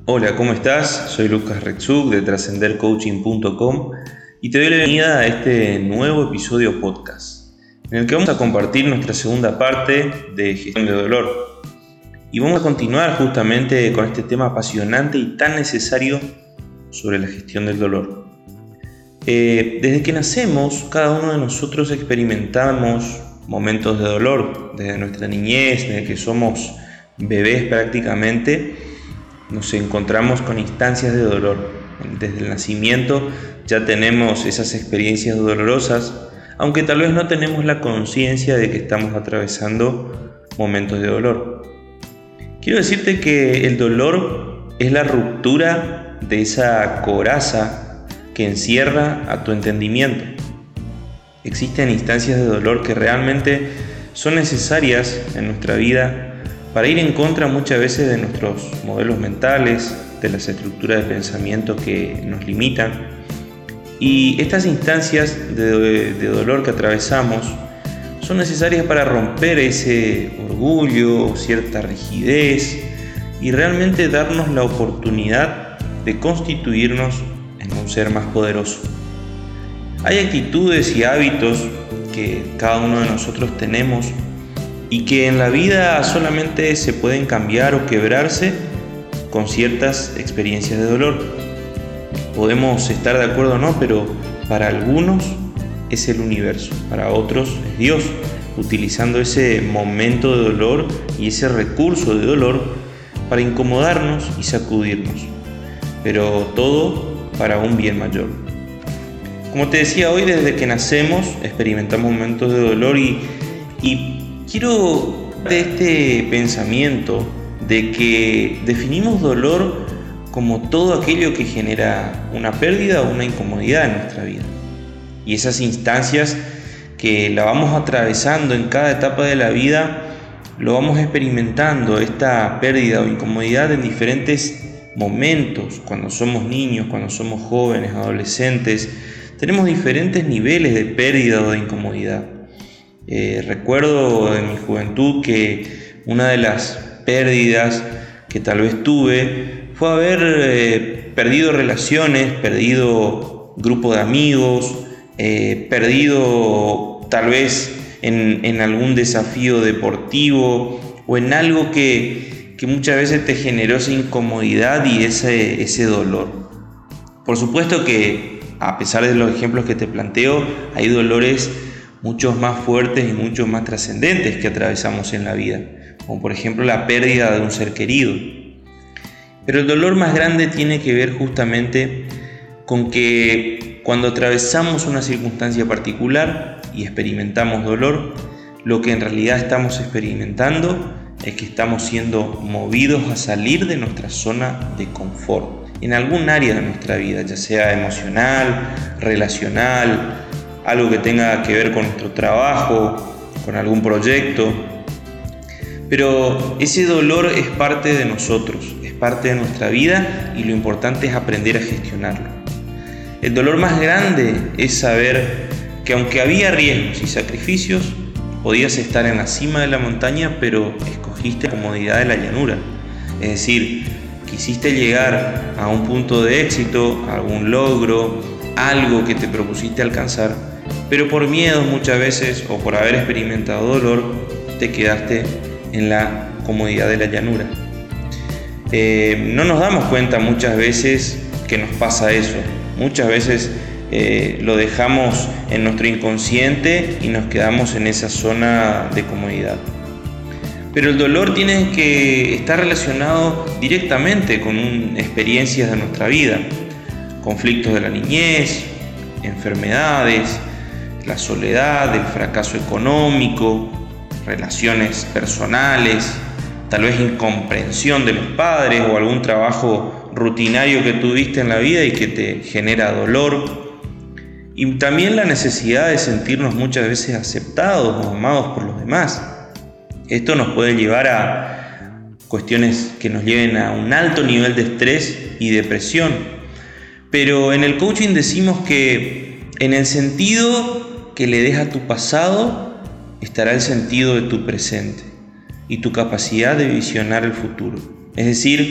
Hola, ¿cómo estás? Soy Lucas Rexuk de trascendercoaching.com y te doy la bienvenida a este nuevo episodio podcast, en el que vamos a compartir nuestra segunda parte de gestión de dolor. Y vamos a continuar justamente con este tema apasionante y tan necesario sobre la gestión del dolor. Desde que nacemos, cada uno de nosotros experimentamos momentos de dolor, desde nuestra niñez, desde que somos bebés prácticamente. Nos encontramos con instancias de dolor. Desde el nacimiento ya tenemos esas experiencias dolorosas, aunque tal vez no tenemos la conciencia de que estamos atravesando momentos de dolor. Quiero decirte que el dolor es la ruptura de esa coraza que encierra a tu entendimiento. Existen instancias de dolor que realmente son necesarias en nuestra vida para ir en contra muchas veces de nuestros modelos mentales, de las estructuras de pensamiento que nos limitan. Y estas instancias de dolor que atravesamos son necesarias para romper ese orgullo, cierta rigidez y realmente darnos la oportunidad de constituirnos en un ser más poderoso. Hay actitudes y hábitos que cada uno de nosotros tenemos y que en la vida solamente se pueden cambiar o quebrarse con ciertas experiencias de dolor. Podemos estar de acuerdo o no, pero para algunos es el universo, para otros es Dios, utilizando ese momento de dolor y ese recurso de dolor para incomodarnos y sacudirnos, pero todo para un bien mayor. Como te decía, hoy desde que nacemos experimentamos momentos de dolor y quiero de este pensamiento de que definimos dolor como todo aquello que genera una pérdida o una incomodidad en nuestra vida. Y esas instancias que la vamos atravesando en cada etapa de la vida, lo vamos experimentando, esta pérdida o incomodidad en diferentes momentos. Cuando somos niños, cuando somos jóvenes, adolescentes, tenemos diferentes niveles de pérdida o de incomodidad. Recuerdo en mi juventud que una de las pérdidas que tal vez tuve fue haber perdido relaciones, perdido grupo de amigos, perdido tal vez en algún desafío deportivo o en algo que muchas veces te generó esa incomodidad y ese dolor. Por supuesto que a pesar de los ejemplos que te planteo, hay dolores muchos más fuertes y muchos más trascendentes que atravesamos en la vida, como por ejemplo la pérdida de un ser querido. Pero el dolor más grande tiene que ver justamente con que cuando atravesamos una circunstancia particular y experimentamos dolor, lo que en realidad estamos experimentando es que estamos siendo movidos a salir de nuestra zona de confort en algún área de nuestra vida, ya sea emocional, relacional, algo que tenga que ver con nuestro trabajo, con algún proyecto. Pero ese dolor es parte de nosotros, es parte de nuestra vida y lo importante es aprender a gestionarlo. El dolor más grande es saber que aunque había riesgos y sacrificios, podías estar en la cima de la montaña, pero escogiste la comodidad de la llanura. Es decir, quisiste llegar a un punto de éxito, a algún logro, algo que te propusiste alcanzar, pero por miedo muchas veces o por haber experimentado dolor, te quedaste en la comodidad de la llanura. No nos damos cuenta muchas veces que nos pasa eso. Muchas veces lo dejamos en nuestro inconsciente y nos quedamos en esa zona de comodidad. Pero el dolor tiene que estar relacionado directamente con experiencias de nuestra vida, conflictos de la niñez, enfermedades, la soledad, el fracaso económico, relaciones personales, tal vez incomprensión de los padres o algún trabajo rutinario que tuviste en la vida y que te genera dolor. Y también la necesidad de sentirnos muchas veces aceptados o amados por los demás. Esto nos puede llevar a cuestiones que nos lleven a un alto nivel de estrés y depresión. Pero en el coaching decimos que en el sentido que le des a tu pasado estará el sentido de tu presente y tu capacidad de visionar el futuro. Es decir,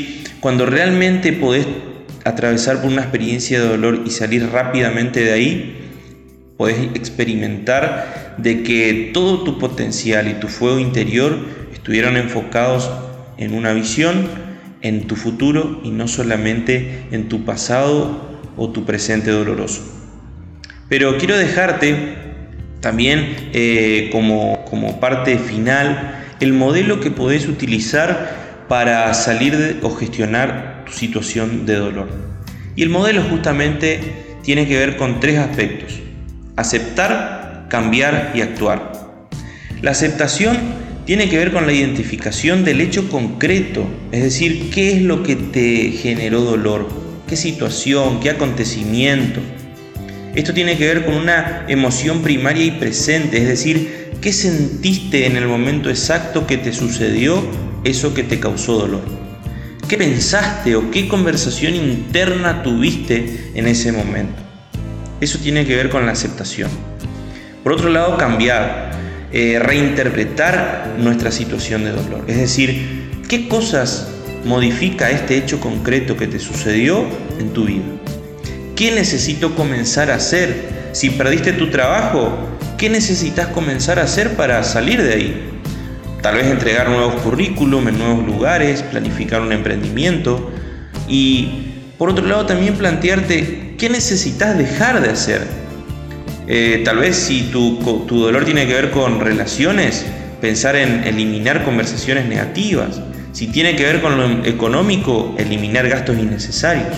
cuando realmente podés atravesar por una experiencia de dolor y salir rápidamente de ahí, podés experimentar de que todo tu potencial y tu fuego interior estuvieron enfocados en una visión, en tu futuro y no solamente en tu pasado o tu presente doloroso. Pero quiero dejarte también como parte final el modelo que podés utilizar para salir o gestionar tu situación de dolor. Y el modelo justamente tiene que ver con 3 aspectos: aceptar, cambiar y actuar. La aceptación tiene que ver con la identificación del hecho concreto, es decir, qué es lo que te generó dolor, qué situación, qué acontecimiento. Esto tiene que ver con una emoción primaria y presente, es decir, qué sentiste en el momento exacto que te sucedió eso que te causó dolor. ¿Qué pensaste o qué conversación interna tuviste en ese momento? Eso tiene que ver con la aceptación. Por otro lado, cambiar, reinterpretar nuestra situación de dolor. Es decir, ¿qué cosas modifica este hecho concreto que te sucedió en tu vida? ¿Qué necesito comenzar a hacer? Si perdiste tu trabajo, ¿qué necesitas comenzar a hacer para salir de ahí? Tal vez entregar nuevos currículum en nuevos lugares, planificar un emprendimiento. Y por otro lado también plantearte qué necesitas dejar de hacer. Tal vez si tu dolor tiene que ver con relaciones, pensar en eliminar conversaciones negativas. Si tiene que ver con lo económico, eliminar gastos innecesarios.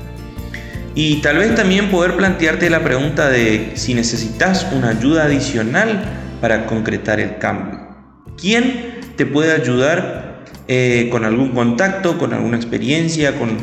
Y tal vez también poder plantearte la pregunta de si necesitas una ayuda adicional para concretar el cambio. ¿Quién te puede ayudar con algún contacto, con alguna experiencia, con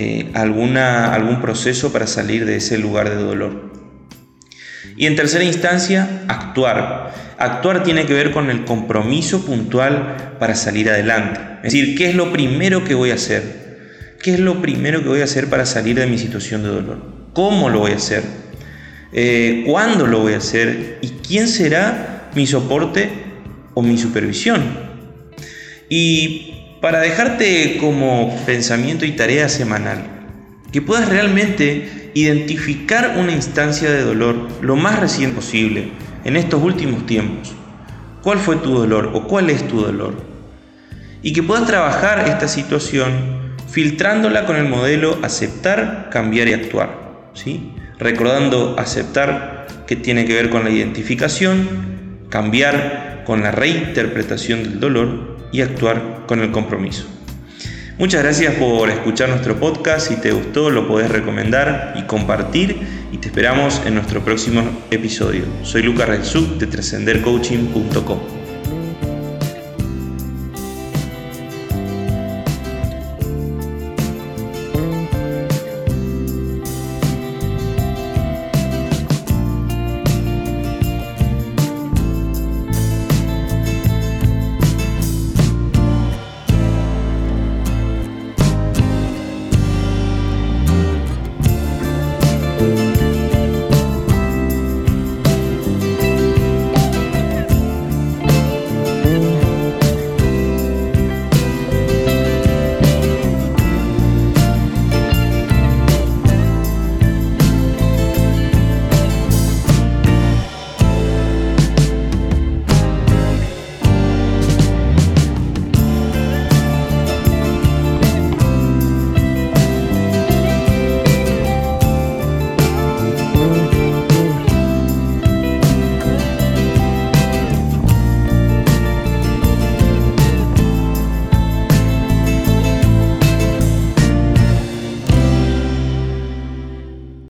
algún proceso para salir de ese lugar de dolor? Y en tercera instancia, actuar. Actuar tiene que ver con el compromiso puntual para salir adelante. Es decir, ¿qué es lo primero que voy a hacer? ¿Qué es lo primero que voy a hacer para salir de mi situación de dolor? ¿Cómo lo voy a hacer? ¿Cuándo lo voy a hacer? ¿Y quién será mi soporte o mi supervisión? Y para dejarte como pensamiento y tarea semanal, que puedas realmente identificar una instancia de dolor lo más reciente posible en estos últimos tiempos. ¿Cuál fue tu dolor o cuál es tu dolor? Y que puedas trabajar esta situación filtrándola con el modelo aceptar, cambiar y actuar, ¿sí? Recordando aceptar, que tiene que ver con la identificación, cambiar con la reinterpretación del dolor y actuar con el compromiso. Muchas gracias por escuchar nuestro podcast. Si te gustó, lo podés recomendar y compartir, y te esperamos en nuestro próximo episodio. Soy Lucas Rexuk de trascendercoaching.com.